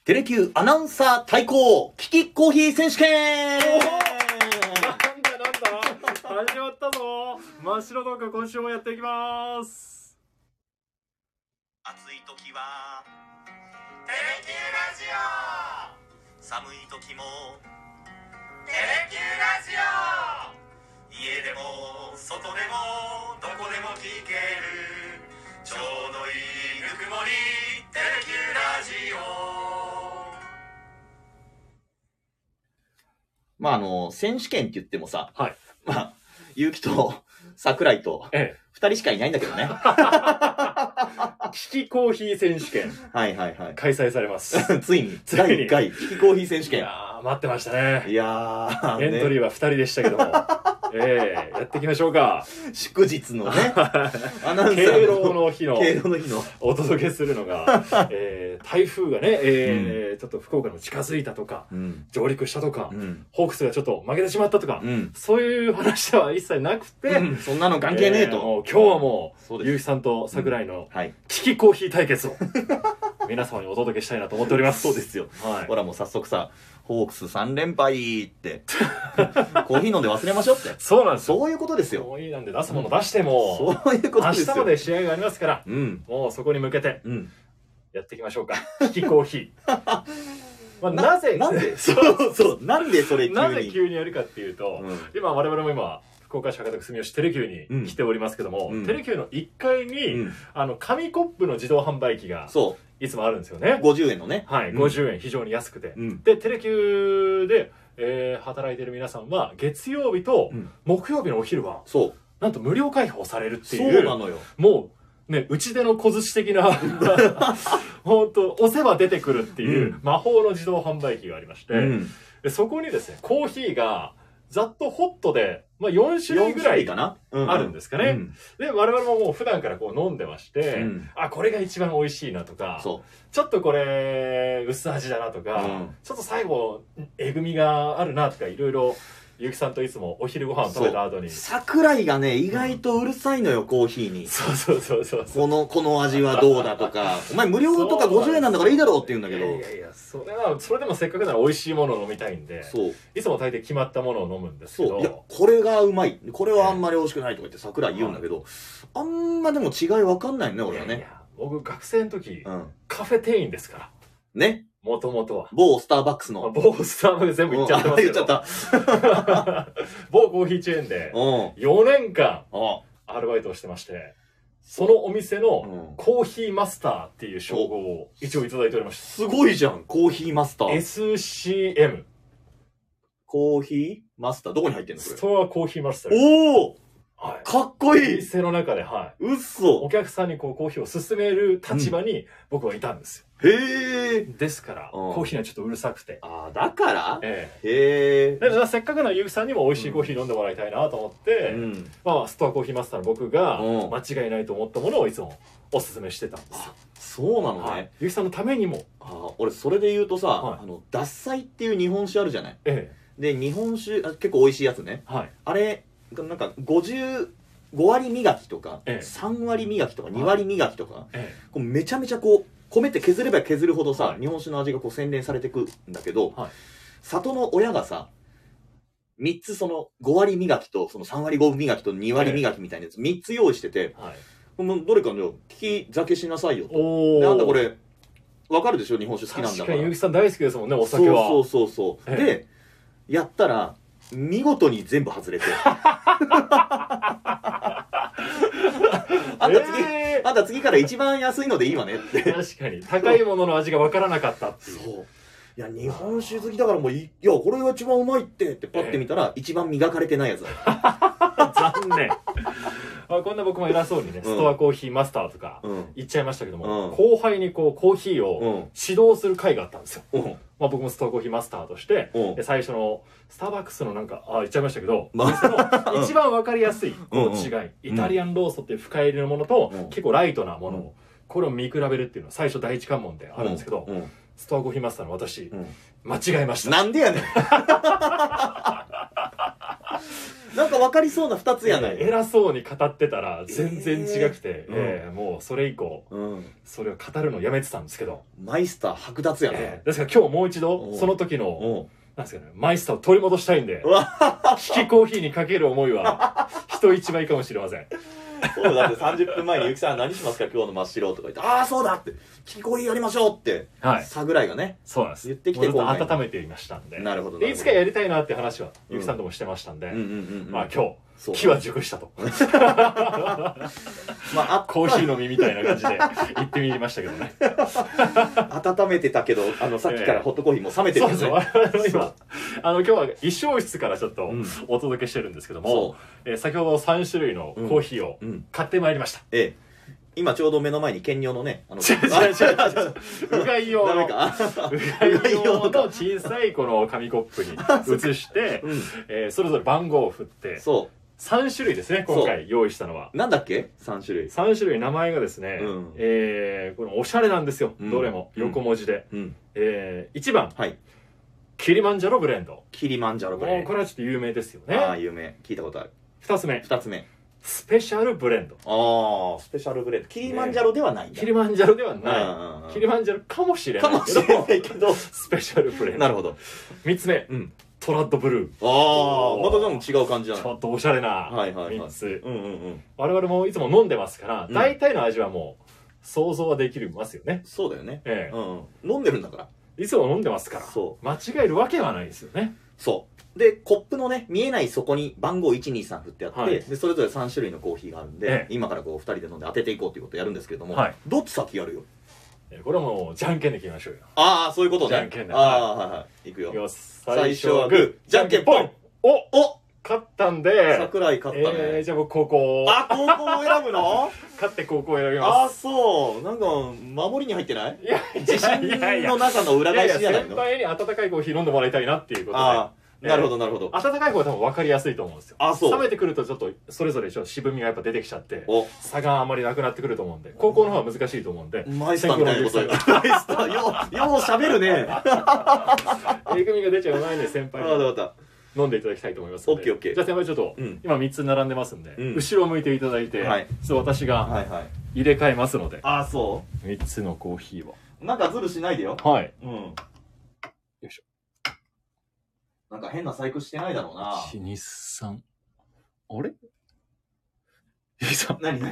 テレキューアナウンサー対抗キキコーヒー選手権。 なんだ始まったぞ。真っ白動画今週もやっていきます。 暑い時はテレキューラジオ、寒い時もテレキューラジオ、家でも外でもどこでも聞けるちょうどいいぬくもりテレキューラジオ。まあ選手権って言ってもさ、 はい、 まあ結城と桜井と2人しかいないんだけどね。 キキコーヒー選手権はいはいはい開催されます。 ついに第1回キキコーヒー選手権。 いやー待ってましたね。 いやー、 エントリーは2人でしたけども、やっていきましょうか。 祝日のねアナウンサー敬老の日のお届けするのが、台風がね、ちょっと福岡に近づいたとか、上陸したとか、ホークスがちょっと負けてしまったとか、そういう話は一切なくて、 そんなの関係ねえと。 もう今日はもう結城さんと桜井のキキコーヒー対決を皆様にお届けしたいなと思っております。 そうですよ。ほらもう早速さ、ホークス3連敗ってコーヒー飲んで忘れましょうって。 そうなんですよ。 そういうことですよ。 コーヒーなんで出すもの出しても、 そういうことですよ。 明日まで試合がありますから、もうそこに向けてやっていきましょうか。キキコーヒー。なぜなんでそれ急に。 なぜ急にやるかっていうと、今我々も今福岡市博多区住吉テレキューに来ておりますけども、テレキューの1階に紙コップの自動販売機がいつもあるんですよね。 50円のね。 はい、50円非常に安くて。で、テレキューで働いている皆さんは月曜日と木曜日のお昼はなんと無料開放されるっていう。 そうなのよ。 もうね、うちでの小寿司的な本当押せば出てくるっていう魔法の自動販売機がありまして、でそこにですねコーヒーがざっとホットで、まあ、4種類ぐらいあるんですかね。で我々ももう普段からこう飲んでまして、あこれが一番美味しいなとか、ちょっとこれ薄味だなとか、ちょっと最後えぐみがあるなとかいろいろ結城さんといつもお昼ご飯食べた後に桜井がね意外とうるさいのよ、コーヒーに。 そうこの味はどうだとかお前無料とか50円なんだからいいだろうって言うんだけど、 いやそれでもせっかくなら美味しいものを飲みたいんで、いつも大抵決まったものを飲むんですけど、 いやこれがうまい、これはあんまり美味しくないとか言って桜井言うんだけど、あんまでも違い分かんないね俺はね。 いや僕学生の時カフェ店員ですからね。もともとは某スターバックスの某スターまで全部言っちゃってますけど、某コーヒーチェーンで4年間アルバイトをしてまして、そのお店のコーヒーマスターっていう称号を一応いただいておりました。 すごいじゃん、コーヒーマスター。 SCM コーヒーマスターどこに入ってんのこれ。 ストアコーヒーマスター。 おお、かっこいい。 店の中でうっそ、 お客さんにこうコーヒーを勧める立場に僕はいたんですよ。 へえ。 ですからコーヒーにはちょっとうるさくて、 だからへえ。せっかくなら結城さんにも美味しいコーヒー飲んでもらいたいなと思って、まあストアコーヒーマスターの僕が間違いないと思ったものをいつもおすすめしてたんですよ。 そうなのね。 結城さんのためにも。 俺それで言うとさ、獺祭っていう日本酒あるじゃない。で日本酒結構美味しいやつね。あれなんか5割磨きとか3割磨きとか2割磨きとか、こうめちゃめちゃこう米って削れば削るほどさ、日本酒の味がこう洗練されてくんだけど、里の親がさ3つその5割磨きとその3割5分磨きと2割磨きみたいなやつ3つ用意してて、どれかの利き酒しなさいよと。であんたこれ分かるでしょ、日本酒好きなんだから。 確かに結城さん大好きですもんね、お酒は。 そうでやったら見事に全部外れてあんた次から一番安いのでいいわねって。 確かに高いものの味が分からなかったっていう。 そういや日本酒好きだからもういやこれが一番うまいってパッて見たら一番磨かれてないやつだ。 残念。こんな僕も偉そうにね、ストアコーヒーマスターとか言っちゃいましたけども、後輩にこうコーヒーを指導する会があったんですよ。まあ僕もストアコーヒーマスターとして最初のスターバックスのなんか言っちゃいましたけど、その一番分かりやすいこの違い、イタリアンローストっていう深入りのものと結構ライトなもの、これを見比べるっていうのは最初第一関門であるんですけど、ストアコーヒーマスターの私間違えました。 なんでやねん。 なんか分かりそうな2つやない。 偉そうに語ってたら全然違くて、もうそれ以降、それを語るのをやめてたんですけど。 マイスター剥奪やね。 ですから今日もう一度、その時の、なんですかね、マイスターを取り戻したいんで、キキコーヒーにかける思いは、人一倍かもしれません。 そうだって30分前にゆきさん何しますか今日の真っ白とか言って、ああそうだって、キキコーヒーやりましょうって、桜井がね、 そうなんです。 言ってきて温めていましたんで。 なるほど。 いつかやりたいなって話は、ゆきさんともしてましたんで、まあ今日、木は熟したと。まあ、コーヒー飲みみたいな感じで言ってみましたけどね。 温めてたけど、さっきからホットコーヒーも冷めてるんですね。 今日は衣装室からちょっとお届けしてるんですけども、先ほど3種類のコーヒーを買ってまいりました。 今ちょうど目の前に兼用のね、 うがい用の小さいこの紙コップに移して、それぞれ番号を振って、3種類ですね、今回用意したのは。 なんだっけ ?3 種類。 3種類、名前がですね、このおしゃれなんですよ。どれも。横文字で。1番。キリマンジャロブレンド。 キリマンジャロブレンド。 これはちょっと有名ですよね。 ああ、有名。聞いたことある。 2つ目。スペシャルブレンド。 ああ、スペシャルブレンド。キリマンジャロではないんだ。 キリマンジャロではない。キリマンジャロかもしれないけど、スペシャルブレンド。 なるほど。 3つ目。トラッドブルー。 ああ、またでも違う感じじゃない。 ちょっとおしゃれな3つ。我々もいつも飲んでますから、大体の味はもう想像はできますよね。 そうだよね。飲んでるんだから。 いつも飲んでますから。間違えるわけはないですよね。 そう。で、コップのね、見えない底に番号123振ってあって、で、それぞれ3種類のコーヒーがあるんで、今からこう2人で飲んで当てていこうということをやるんですけれども、どっち先やるよ。 これはもう、じゃんけんで決めましょうよ。 ああ、そういうことね。 じゃんけんで。 ああ、はいはい。いくよ。 最初はグー、じゃんけんポン。お勝ったんで。 桜井勝ったね。 じゃあ僕高校。 あ、高校を選ぶの勝って高校を選びます。 あ、そう。なんか、守りに入ってない？いや、自信のなさの裏返しじゃないの？ 先輩に温かいコーヒー飲んでもらいたいなっていうことで。 なるほどなるほど。 温かい方が多分分かりやすいと思うんですよ。 あ、そう。 冷めてくるとちょっとそれぞれ渋みがやっぱ出てきちゃって差があまりなくなってくると思うんで、高校の方は難しいと思うんで。 マイスターみたいなことマイスターよう喋るね。 えぐみが出ちゃう前に先輩に飲んでいただきたいと思いますので。 オッケーオッケー。 じゃあ先輩ちょっと今3つ並んでますんで、後ろを向いていただいて、私が入れ替えますので。 あ、そう。 3つのコーヒーを。 なんかズルしないでよ。 はい。 よいしょ。なんか変な細工してないだろうな。 1、2、3。あれゆきさん。 何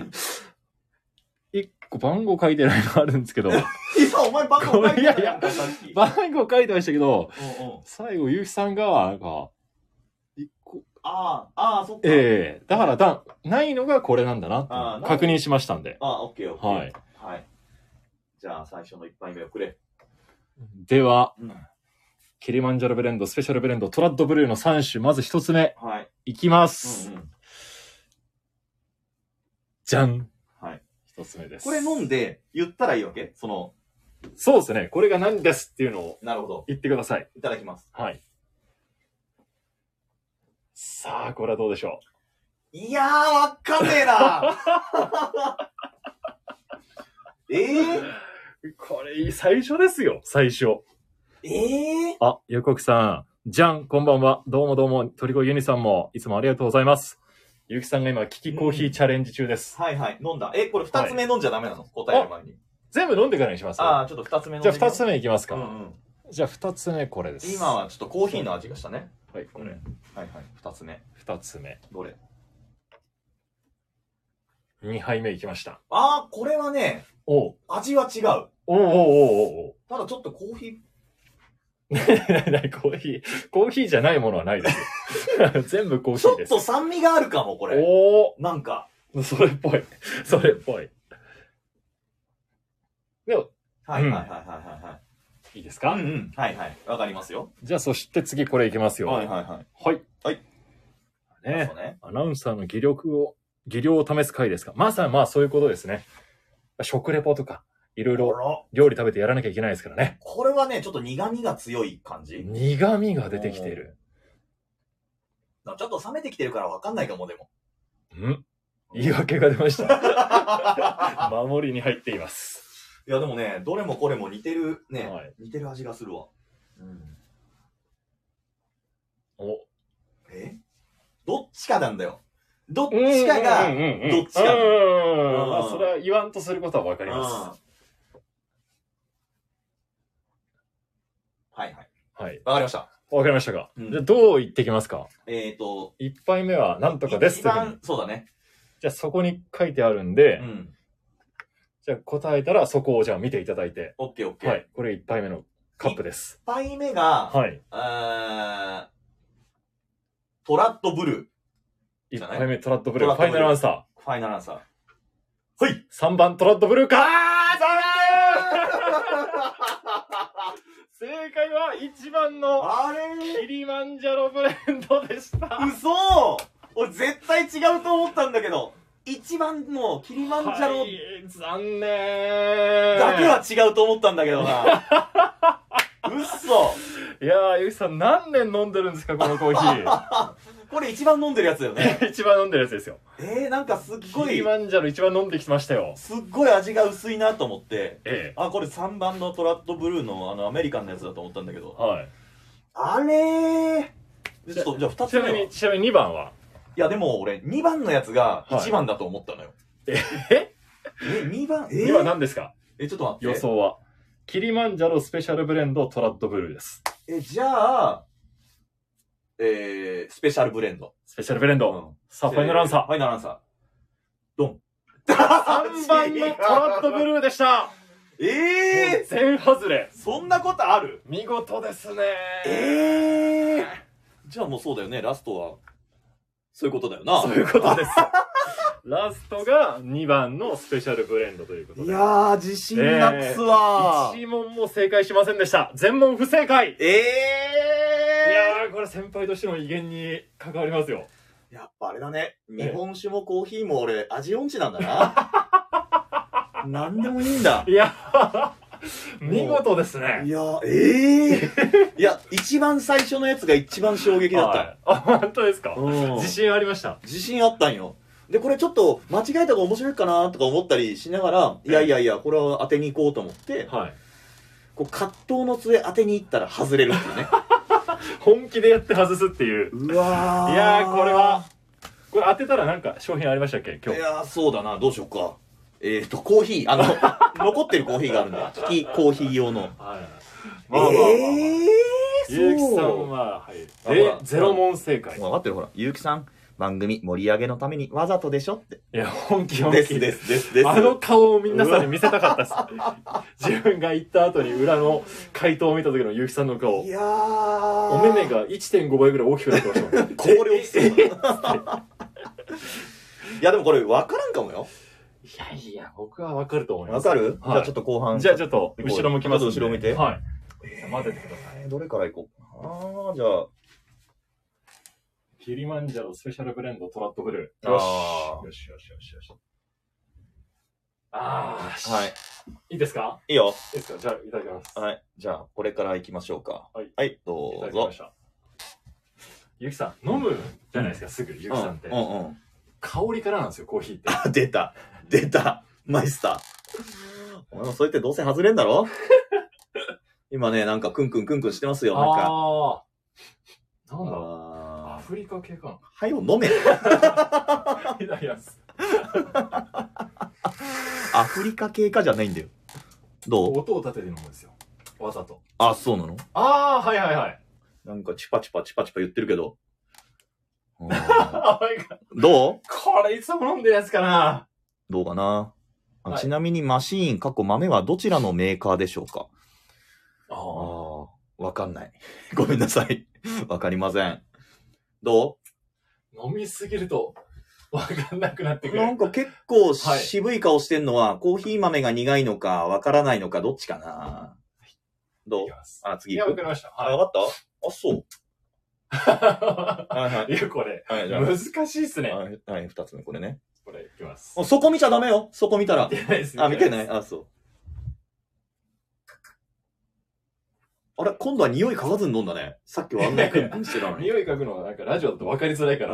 1個番号書いてないのあるんですけど。 今お前番号書いてない。 いや番号書いてましたけど、最後ゆきさんが、なんか、1個。 ああ、そっか。 だからないのがこれなんだなって確認しましたんで。 オッケーオッケー。 はい。 じゃあ最初の1杯目をくれ。 では、キリマンジャロブレンド、スペシャルブレンド、トラッドブルーの3種、まず1つ目。いきます。じゃん。1つ目です。 これ飲んで言ったらいいわけ？ そうですね。これが何ですっていうのを言ってください。 いただきます。 はい。さあ、これはどうでしょう？いやー、わかんねえなこれ、最初ですよ、最初。あ、予告さん。じゃん、こんばんは。どうもどうも、鳥越ユニさんも、いつもありがとうございます。ゆきさんが今、キキコーヒーチャレンジ中です。 はいはい、飲んだ。これ2つ目飲んじゃダメなの？答える前に。 全部飲んでからにします。 ちょっと2つ目飲んで。じゃあ2つ目いきますか。じゃあ2つ目これです。 今はちょっとコーヒーの味がしたね。 はい、これ。 はい、2つ目。 2つ目。 どれ ？2杯目いきました。 これはね、味は違う。ただちょっとコーヒー、 コーヒーじゃないものはないですよ。全部コーヒーです。 ちょっと酸味があるかも、これ。なんか。 それっぽい。それっぽい。でも、 はい。 いいですか？ はい。わかりますよ。 じゃあ、そして次これいきますよ。 はい。 ね。アナウンサーの技量を試す回ですか。まさにそういうことですね。食レポとか。いろいろ料理食べてやらなきゃいけないですからね。 これはね、ちょっと苦味が強い感じ。 苦味が出てきている。 ちょっと冷めてきてるから分かんないかも、でも。 言い訳が出ました。守りに入っています。 いや、でもね、どれもこれも似てるね、似てる味がするわ。 どっちかなんだよ。どっちかが、どっちか。 まあ、それは言わんとすることはわかります。 はいはい。 はい。 わかりました。 わかりましたか。じゃあ、どう言ってきますか？ 一杯目はなんとかですって。 そうだね。 じゃあ、そこに書いてあるんで、じゃあ、答えたらそこをじゃあ見ていただいて。 オッケーオッケー。 はい。これ一杯目のカップです。 一杯目が、 はい。 トラッドブルー。 一杯目トラッドブルー。ファイナルアンサー。 ファイナルアンサー。はい。 3番トラッドブルーかー。正解は1番のキリマンジャロブレンドでした。 嘘！俺絶対違うと思ったんだけど、1番のキリマンジャロ、はい、 残念だけは違うと思ったんだけどな。嘘！ いやー、ゆきさん何年飲んでるんですか、このコーヒー。 これ一番飲んでるやつだよね。 一番飲んでるやつですよ。 なんかすっごい。 キリマンジャロ一番飲んできましたよ。 すっごい味が薄いなと思って。これ3番のトラッドブルーのアメリカンのやつだと思ったんだけど。はい。あれー。ちょっと、じゃあ2つ目は。 ちなみに2番は？ いや、でも俺、2番のやつが1番だと思ったのよ。2番 2番何ですか？ ちょっと待って。 予想は。キリマンジャロスペシャルブレンドトラッドブルーです。 じゃあ、スペシャルブレンド。 スペシャルブレンド。さあ、ファイナルアンサー。 ファイナルアンサー。ドン。 3番のトラッドブルーでした。全外れ。 そんなことある？ 見事ですね。 じゃあもうそうだよね、ラストは。そういうことだよな。 そういうことです。ラストが2番のスペシャルブレンドということで。 いやー、自信なくすわー。 1問も正解しませんでした。全問不正解。いやー、これ先輩としての威厳に関わりますよ。 やっぱあれだね。日本酒もコーヒーも俺、味音痴なんだな。なんでもいいんだ。 いや、見事ですね。 いや、いや、一番最初のやつが一番衝撃だった。 あ、本当ですか？自信ありました。 自信あったんよ。で、これちょっと間違えた方が面白いかなとか思ったりしながら、いやいやいや、これは当てに行こうと思って、こう葛藤の末当てに行ったら外れるっていうね。 本気でやって外すっていう。 うわー。 いやー、これ当てたらなんか商品ありましたっけ今日？ いやー、そうだな、どうしようか。コーヒー、残ってるコーヒーがあるんだ。利きコーヒー用の。 ゆうきさんは、0問正解。 分かってる、ほら。ゆうきさん、番組盛り上げのためにわざとでしょって。 いや、本気。 です。 あの顔を皆さんに見せたかったです。自分が行った後に裏の回答を見た時のゆうきさんの顔。いやー。お目目が 1.5 倍ぐらい大きくなってました。 こぼれ落ちそう。いや、でもこれ分からんかもよ。 いや、僕は分かると思います。 分かる？じゃあちょっと後半。 じゃあちょっと、後ろ向きます。 後ろ見て。 はい。待っててください。 どれから行こう。じゃあ。 キリマンジャロスペシャルブレンドトラッドブルー。よし。はい。いいですか？ いいよ。 いいですか？じゃあ、いただきます。 はい。じゃあ、これから行きましょうか。はい、どうぞ。いただきました。 ゆきさん、飲むじゃないですか、すぐ、ゆきさんって。香りからなんですよ、コーヒーって。 あ、出た。マイスター。お前もそう言ってどうせ外れんだろ？今ね、なんかクンクンしてますよ、なんか。 なんだアフリカ系かな？ はよ、飲め。 いただきます。 アフリカ系かじゃないんだよ。どう？ 音を立てて飲むんですよ。わざと。 あ、そうなの？ はい。 なんかチパチパ言ってるけど。どう？ これいつも飲んでるやつかな？ どうかな？ちなみにマシーン、豆はどちらのメーカーでしょうか？わかんない。ごめんなさい。わかりません。どう？飲みすぎるとわかんなくなってくる。 なんか結構渋い顔してんのは、コーヒー豆が苦いのかわからないのかどっちかな？どう？次行く？ わかりました。 わかった？そう。 いや、これ、難しいっすね。 はい、二つ目、これね。 これ、いきます。 そこ見ちゃダメよ。そこ見たら。 見てないです。 見てない？そう。あれ、今度は匂い嗅がずに飲んだね。さっきはあんなにクンクンしてたのに。 匂い嗅ぐのはなんかラジオだと分かりづらいから。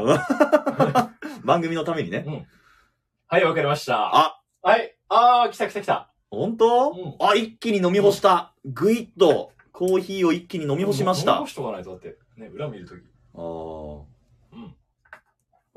番組のためにね。 はい、わかりました。はい。来た。 ほんと？一気に飲み干した。ぐいっと、コーヒーを一気に飲み干しました。 飲み干しとかないと、だって、ね、裏見るとき。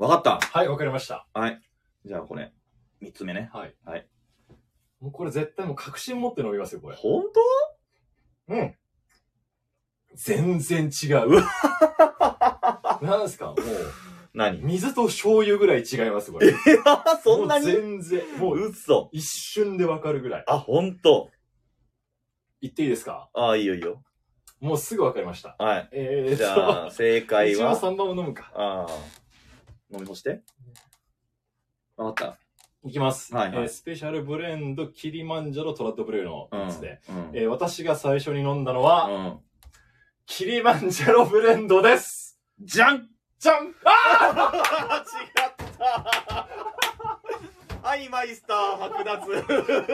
わかった。 はい、わかりました。 はい。じゃあこれ、3つ目ね。 はい。 はい。 もうこれ絶対もう確信持って飲みますよ、これ。 本当？うん。 全然違う。なんすかもう。 何？ 水と醤油ぐらい違います、これ。 そんなに？ 全然。もう、 嘘。 一瞬でわかるぐらい。 あ、ほんと。 言っていいですか？ あ、いいよいいよ。 もうすぐわかりました。 はい。じゃあ、正解は。 一応3番を飲むか。 ああ。飲み干して。わかった。 いきます。 はいはい。 スペシャルブレンドキリマンジャロトラッドブルーのやつで。私が最初に飲んだのは、キリマンジャロブレンドです。 じゃんじゃんああ違ったはい、マイスター剥奪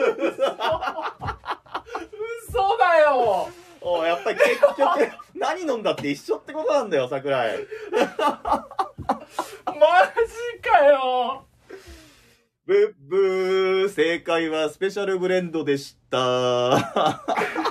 嘘だよおやっぱり結局何飲んだって一緒ってことなんだよ、桜井マジかよブッブー、正解はスペシャルブレンドでした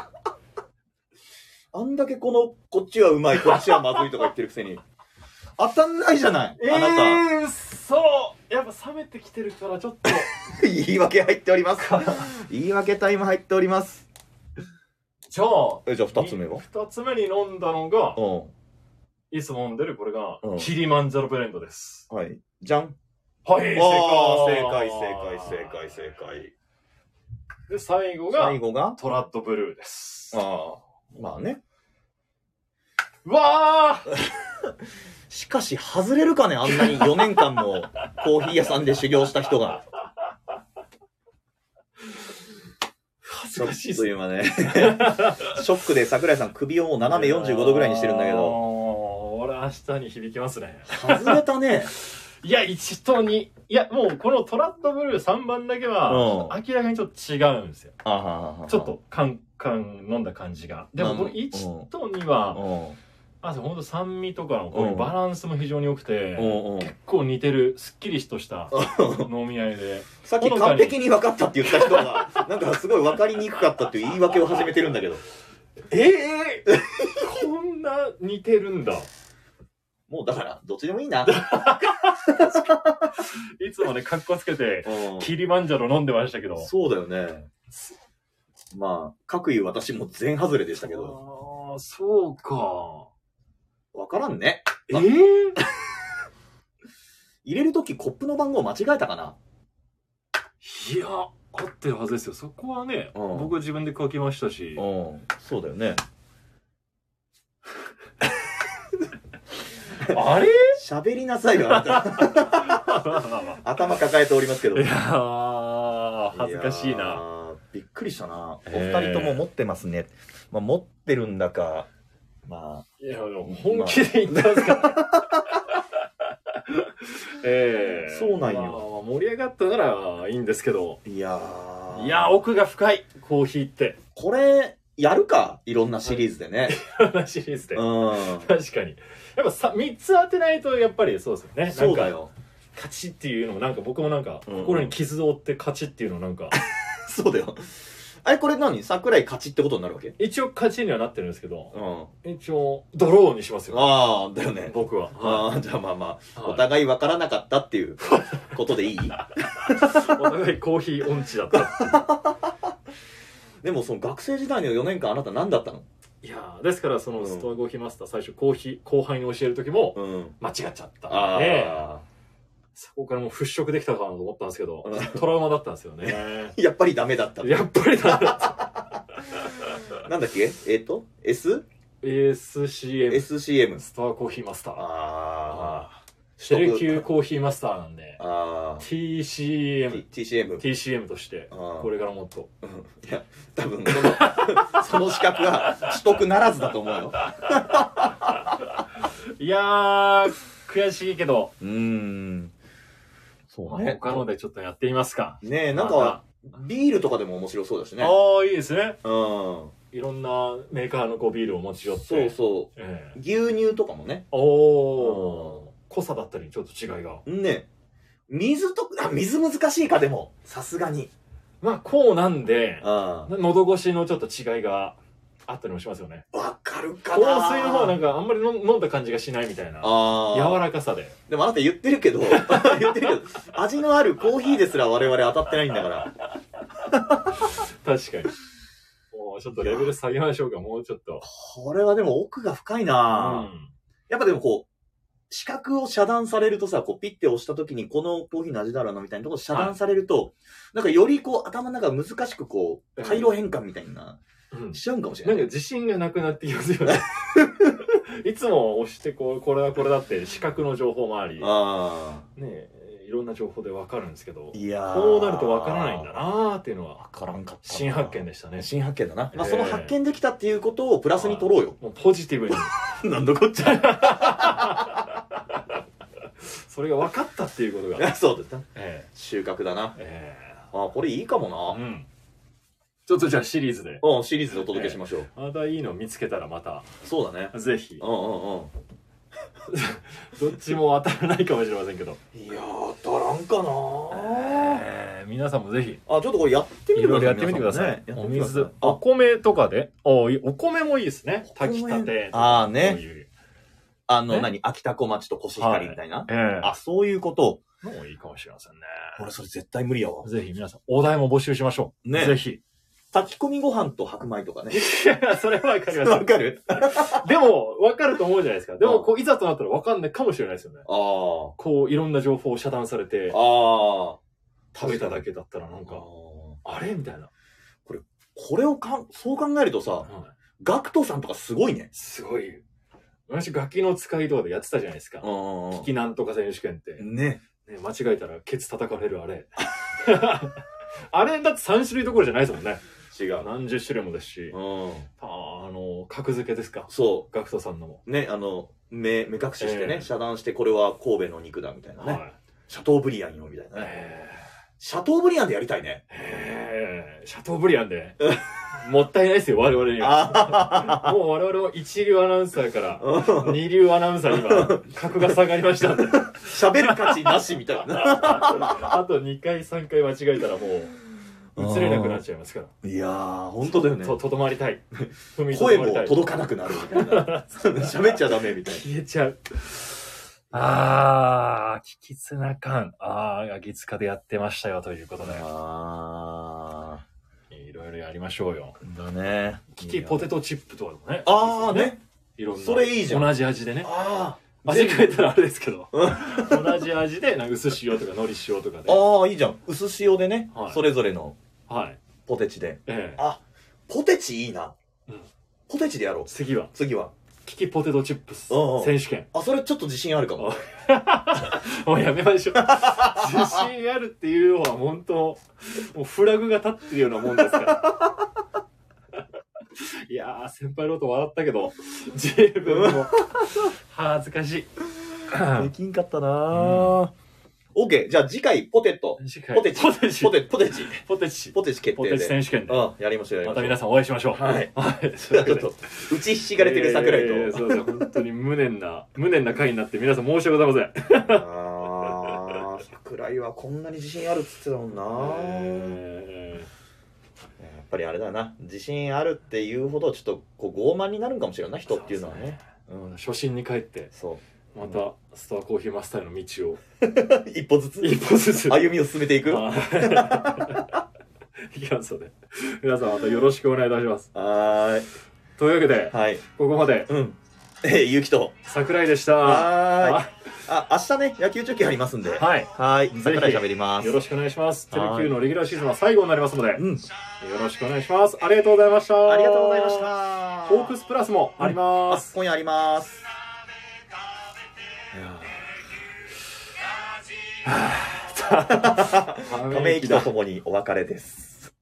あんだけこっちはうまい、こっちはまずいとか言ってるくせに当たんないじゃない、あなた。 そうやっぱ冷めてきてるからちょっと言い訳入っております言い訳タイム入っております。 じゃあ 2つ目は 2つ目に飲んだのが、いつも飲んでるこれが、キリマンジャロブレンドです。 はい。じゃん。 はい、 正解。 で、最後がトラッドブルーです。 まあね。 うわーしかし外れるかね、あんなに4年間もコーヒー屋さんで修行した人が。 恥ずかしいっすね。今ね。ショックで桜井さん首をもう斜め45度ぐらいにしてるんだけど。 俺明日に響きますね。 外れたね。 いや、1と2。いや、もうこのトラッドブルー3番だけは、明らかにちょっと違うんですよ。ちょっとカン飲んだ感じが。でもこれ1と2は、ほんと酸味とかのこういうバランスも非常に良くて、結構似てる、すっきりとした飲み合いで。 さっき完璧に分かったって言った人が、なんかすごい分かりにくかったっていう言い訳を始めてるんだけど。 こんな似てるんだ。 もうだから、どっちでもいいな。 いつもね、カッコつけて、キリマンジャロ飲んでましたけど。 そうだよね。まあ、かくいう私も全外れでしたけど。 そうか。 わからんね。入れるときコップの番号間違えたかな？ いや、合ってるはずですよ。そこはね、僕は自分で書きましたし。 そうだよね。 あれ？ 喋りなさいよ、あなた。頭抱えておりますけど。 いやー、恥ずかしいな。 びっくりしたな。お二人とも持ってますね。まあ、持ってるんだか、まあ。 いや、本気で言ったんですか。 そうなんよ。 盛り上がったならいいんですけど。 いや、 奥が深い、コーヒーって。 これ、やるか、いろんなシリーズでね。 いろんなシリーズで。確かに。やっぱ3つ当てないと、やっぱりそうですよね。 そうだよ。 勝ちっていうのも、なんか僕もなんか、心に傷を負って勝ちっていうのなんか。 そうだよ。あれ、これ何？桜井勝ちってことになるわけ？ 一応勝ちにはなってるんですけど、一応、ドローにしますよ。 だよね。 僕は。 じゃあまあまあ、お互い分からなかったっていうことでいい？ お互いコーヒー音痴だった。 でもその学生時代の4年間あなた何だったの？ いやですからそのストアコーヒーマスター最初後輩に教える時も間違っちゃったんで、そこからもう払拭できたかなと思ったんですけど、トラウマだったんですよね。 やっぱりダメだった。 やっぱりダメだった。 なんだっけ？SCM。 ストアコーヒーマスター。テレキューコーヒーマスターなんで、TCM として、これからもっと。 いや、多分その資格は取得ならずだと思うよ。 いやー、悔しいけど。 そうね。 他のでちょっとやってみますか。 ねえ、なんか、ビールとかでも面白そうだしね。 いいですね。いろんなメーカーのビールを持ち寄って。 そう。牛乳とかもね。 濃さだったりちょっと違いが。 ね。水難しいか、でも。さすがに。 まあ、こうなんで、喉越しのちょっと違いがあったりもしますよね。 わかかるかな。 香水の方はなんかあんまり飲んだ感じがしないみたいな。柔らかさで。 でもあなた言ってるけど、味のあるコーヒーですら我々当たってないんだから。 確かに。もうちょっとレベル下げましょうか、もうちょっと。 これはでも奥が深いな、やっぱでもこう、視覚を遮断されるとさ、こうピッて押した時にこのコーヒーの味だろうなみたいなところ遮断されると、なんかよりこう頭の中が難しくこう、回路変換みたいな、しちゃうんかもしれない。 なんか自信がなくなってきますよね。いつも押してこれはこれだって視覚の情報もあり、ね、いろんな情報で分かるんですけど、こうなると分からないんだなーっていうのは分からんかった。新発見でしたね。 新発見だな。まあその発見できたっていうことをプラスに取ろうよ。 もうポジティブに。 なんだこっちゃ。 それが分かったっていうことが。 そうですね。収穫だな。これいいかもな。 ちょっとじゃあシリーズで。 シリーズでお届けしましょう。 またいいの見つけたらまた。 そうだね。 ぜひ。どっちも当たらないかもしれませんけど。 いや当たらんかな。 皆さんもぜひ。 ちょっとこれやってみてください。 やってみてください。お水、お米とかで。お米もいいですね。炊きたて。 ね。秋田小町とコシヒカリみたいな。そういうこと。 もういいかもしれませんね。 俺それ絶対無理やわ。 ぜひ皆さん、お題も募集しましょう。 ね。 ぜひ。 炊き込みご飯と白米とかね。 いや、それはわかります。 わかるでも、わかると思うじゃないですか。でも、いざとなったらわかんないかもしれないですよね。 こう、いろんな情報を遮断されて、食べただけだったらなんか、あれみたいな。 これをそう考えるとさ、ガクトさんとかすごいね。 すごい。私、ガキの使いとかでやってたじゃないですか。キキなんとか選手権って。 ね。 間違えたらケツ叩かれるあれ。あれだって3種類どころじゃないですもんね。 違う。 何十種類もですし。格付けですか。 そう。 ガクトさんのも。 ね、目隠ししてね、遮断してこれは神戸の肉だみたいなね。シャトーブリアンよみたいなね。シャトーブリアンでやりたいね。 シャトーブリアンで。もったいないですよ、我々には。もう我々も一流アナウンサーから二流アナウンサーには格が下がりましたんで。 喋る価値なしみたいな。 あと2回3回間違えたらもう映れなくなっちゃいますから。 いやー、ほんとだよね。 とどまりたい。 声も届かなくなるみたいな。喋っちゃダメみたいな。 消えちゃう。キキツナ缶。月火でやってましたよということで。いろいろやりましょうよ。 だね。 キキポテトチップとかもね。 ね。 いろんな。 それいいじゃん。 同じ味でね。間違えたらあれですけど。同じ味で、薄塩とか海苔塩とかで。 いいじゃん。薄塩でね。それぞれの。ポテチで。ポテチいいな。ポテチでやろう。 次は。キキポテトチップス選手権。 それちょっと自信あるかも。 もうやめましょう。自信あるっていうのは本当、もうフラグが立ってるようなもんですから。いやー、先輩のこと笑ったけど、自分も恥ずかしい。 できんかったなー。オッケー。じゃあ次回、ポテチ。ポテチ決定で。 選手権で。 やりましょう。 また皆さんお会いしましょう。 はい。ちょっと、打ちひしがれてる桜井と。 そうですね。本当に無念な回になって皆さん申し訳ございません。 桜井はこんなに自信あるっつってたもんな。やっぱりあれだな。自信あるっていうほどちょっとこう傲慢になるんかもしれないな、人っていうのはね。 初心に帰って。そう。またストアコーヒーマスターの道を一歩ずつ歩みを進めていく。いきますので皆さんまたよろしくお願いいたします。というわけで、ここまでゆうきと桜井でした。 明日ね野球中継ありますんで、桜井喋ります。 よろしくお願いします。テレキューのレギュラーシーズンは最後になりますので、よろしくお願いします。ありがとうございました。 ありがとうございました。 ホークスプラスもあります。 今夜あります。ため息とともにお別れです。